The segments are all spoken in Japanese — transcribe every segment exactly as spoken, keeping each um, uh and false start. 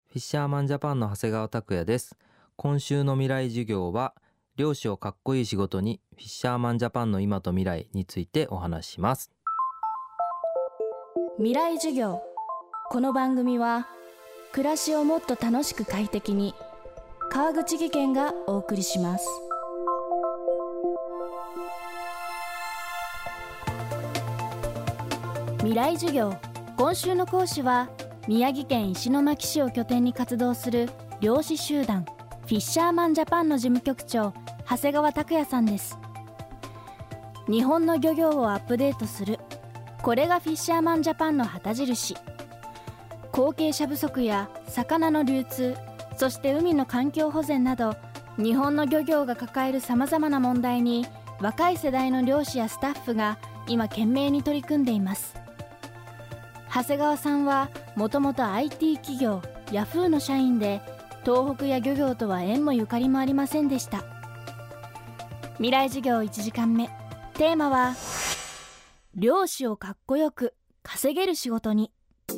フィッシャーマンジャパンの長谷川拓也です。今週の未来授業は、漁師をかっこいい仕事にフィッシャーマンジャパンの今と未来についてお話しします。 未来授業。この番組は暮らしをもっと楽しく快適に、川口義賢がお送りします。未来授業。今週の講師は宮城県石巻市を拠点に活動する漁師集団フィッシャーマンジャパンの事務局長、長谷川拓也さんです。日本の漁業をアップデートする、これがフィッシャーマンジャパンの旗印。後継者不足や魚の流通、そして海の環境保全など、日本の漁業が抱えるさまざまな問題に若い世代の漁師やスタッフが今懸命に取り組んでいます。長谷川さんはもともと アイティー 企業ヤフーの社員で、東北や漁業とは縁もゆかりもありませんでした。未来授業いちじかんめ、テーマは漁師をかっこよく稼げる仕事に。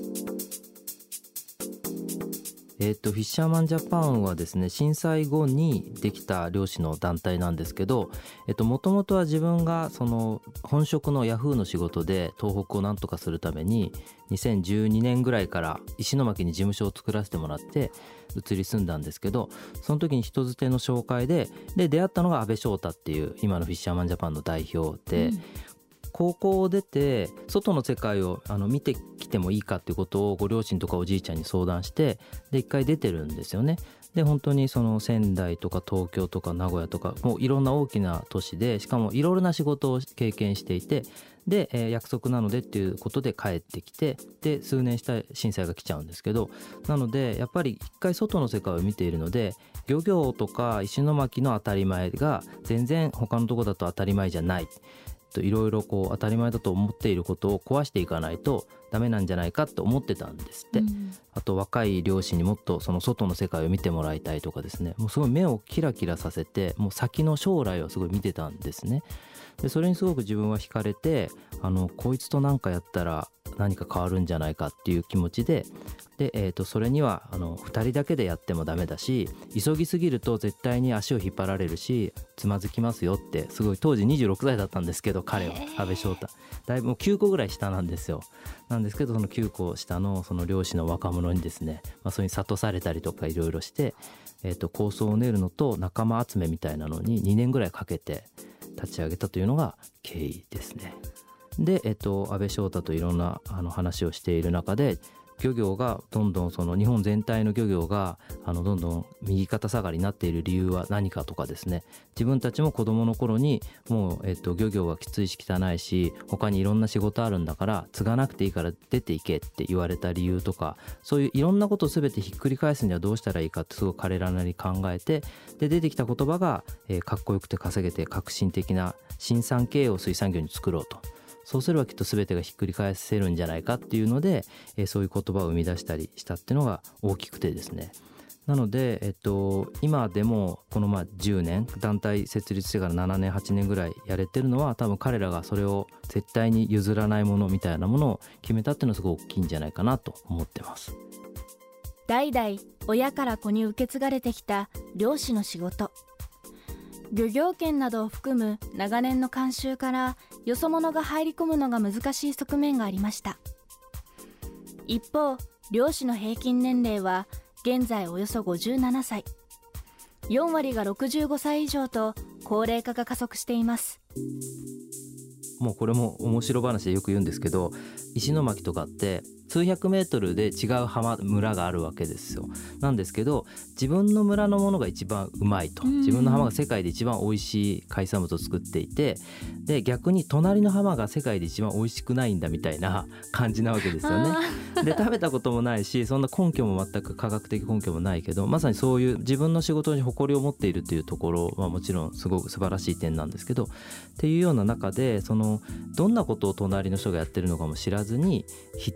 えー、とフィッシャーマンジャパンはですね、震災後にできた漁師の団体なんですけど、もともとは自分がその本職のヤフーの仕事で東北をなんとかするためににせんじゅうにねんぐらいから石巻に事務所を作らせてもらって移り住んだんですけど、その時に人づての紹介でで出会ったのが安倍翔太っていう今のフィッシャーマンジャパンの代表で、うん、高校を出て外の世界をあの見てきてもいいかっていうことをご両親とかおじいちゃんに相談して、で一回出てるんですよね。で本当にその仙台とか東京とか名古屋とか、もういろんな大きな都市で、しかもいろいろな仕事を経験していて、で、えー、約束なのでっていうことで帰ってきて、で数年した震災が来ちゃうんですけど、なのでやっぱり一回外の世界を見ているので、漁業とか石巻の当たり前が全然他のところだと当たり前じゃない、いろいろこう当たり前だと思っていることを壊していかないとダメなんじゃないかと思ってたんですって、うん、あと若い漁師にもっとその外の世界を見てもらいたいとかですね、もうすごい目をキラキラさせて、もう先の将来をすごい見てたんですね。でそれにすごく自分は惹かれて、あのこいつと何かやったら何か変わるんじゃないかっていう気持ちで、で、えー、とそれにはあのふたりだけでやってもダメだし、急ぎすぎると絶対に足を引っ張られるしつまずきますよって、すごい当時にじゅうろくさいだったんですけど、彼は安倍翔太だいぶもうきゅうこぐらい下なんですよ。なんですけど、そのきゅうこ下のその漁師の若者にですね、まあ、それに諭されたりとかいろいろして、えー、と構想を練るのと仲間集めみたいなのににねんぐらいかけて立ち上げたというのが経緯ですね。で、えっと、安倍翔太といろんなあの話をしている中で、漁業がどんどんその日本全体の漁業があのどんどん右肩下がりになっている理由は何かとかですね、自分たちも子どもの頃にもう、えっと、漁業はきついし汚いし他にいろんな仕事あるんだから継がなくていいから出ていけって言われた理由とか、そういういろんなことを全てひっくり返すにはどうしたらいいかってすごく彼らなりに考えて、で出てきた言葉が、えー、かっこよくて稼げて革新的な新産経営を水産業に作ろうと。そうすればきっと全てがひっくり返せるんじゃないかっていうので、えー、そういう言葉を生み出したりしたっていうのが大きくてですね。なので、えっと、今でもこのまあじゅうねん団体設立してからななねんはちねんぐらいやれてるのは、多分彼らがそれを絶対に譲らないものみたいなものを決めたっていうのはすごく大きいんじゃないかなと思ってます。 代々親から子に受け継がれてきた漁師の仕事。漁業権などを含む長年の慣習からよそ者が入り込むのが難しい側面がありました。一方、漁師の平均年齢は現在およそごじゅうななさい、よんわりがろくじゅうごさい以上と高齢化が加速しています。 もうこれも面白話でよく言うんですけど、石巻とかって数百メートルで違う浜村があるわけですよ。なんですけど、自分の村のものが一番うまいと、自分の浜が世界で一番美味しい海産物を作っていて、で逆に隣の浜が世界で一番美味しくないんだみたいな感じなわけですよね。で食べたこともないし、そんな根拠も全く科学的根拠もないけど、まさにそういう自分の仕事に誇りを持っているというところはもちろんすごく素晴らしい点なんですけど、っていうような中で、そのどんなことを隣の人がやってるのかも知らずに否定したり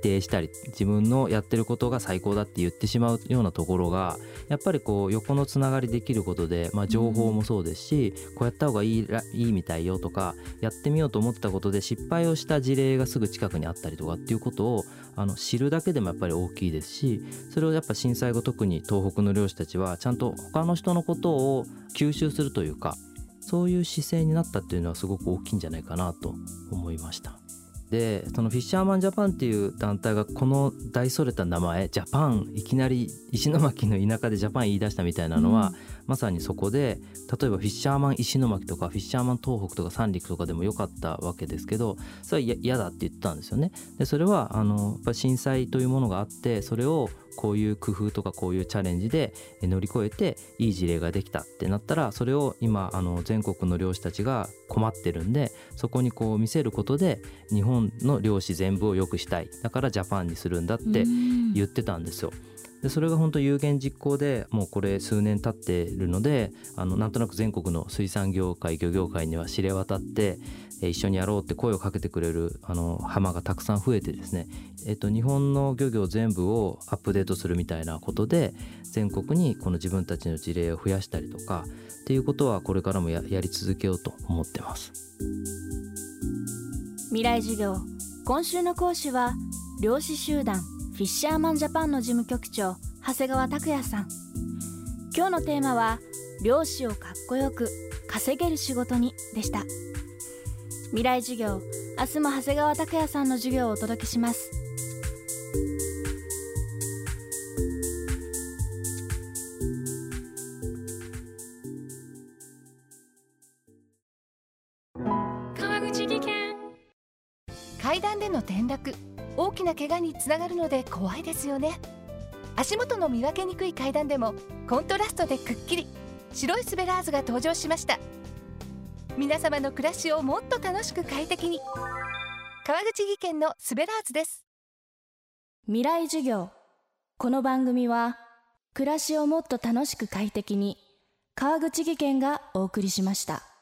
り自分のやってることが最高だって言ってしまうようなところがやっぱりこう横のつながりできることで、まあ、情報もそうですし、こうやった方がいいらいいみたいよとか、やってみようと思ったことで失敗をした事例がすぐ近くにあったりとかっていうことをあの知るだけでもやっぱり大きいですし、それをやっぱ震災後特に東北の漁師たちはちゃんと他の人のことを吸収するというか、そういう姿勢になったっていうのはすごく大きいんじゃないかなと思いました。でそのフィッシャーマンジャパンっていう団体がこの大それた名前ジャパン、いきなり石巻の田舎でジャパン言い出したみたいなのは、うん、まさにそこで、例えばフィッシャーマン石巻とかフィッシャーマン東北とか三陸とかでもよかったわけですけど、それは嫌だって言ったんですよね。でそれはあのやっぱ震災というものがあって、それをこういう工夫とかこういうチャレンジで乗り越えていい事例ができたってなったら、それを今あの全国の漁師たちが困ってるんで、そこにこう見せることで日本の漁師全部を良くしたい、だからジャパンにするんだって言ってたんですよ。でそれが本当有言実行で、もうこれ数年経っているので、あのなんとなく全国の水産業界漁業界には知れ渡って、えー、一緒にやろうって声をかけてくれるあの浜がたくさん増えてですね、えーと、日本の漁業全部をアップデートするみたいなことで全国にこの自分たちの事例を増やしたりとかっていうことはこれからも や, やり続けようと思ってます。 未来授業、今週の講師は漁師集団フィッシャーマンジャパンの事務局長長谷川拓也さん。今日のテーマは漁師をかっこよく稼げる仕事にでした。未来授業、明日も長谷川拓也さんの授業をお届けします。 川口技研。階段での転落、大きな怪我につながるので怖いですよね。足元の見分けにくい階段でもコントラストでくっきり白いスベラーズが登場しました。皆様の暮らしをもっと楽しく快適に、川口技研のスベラーズです。 未来授業、この番組は暮らしをもっと楽しく快適に、川口技研がお送りしました。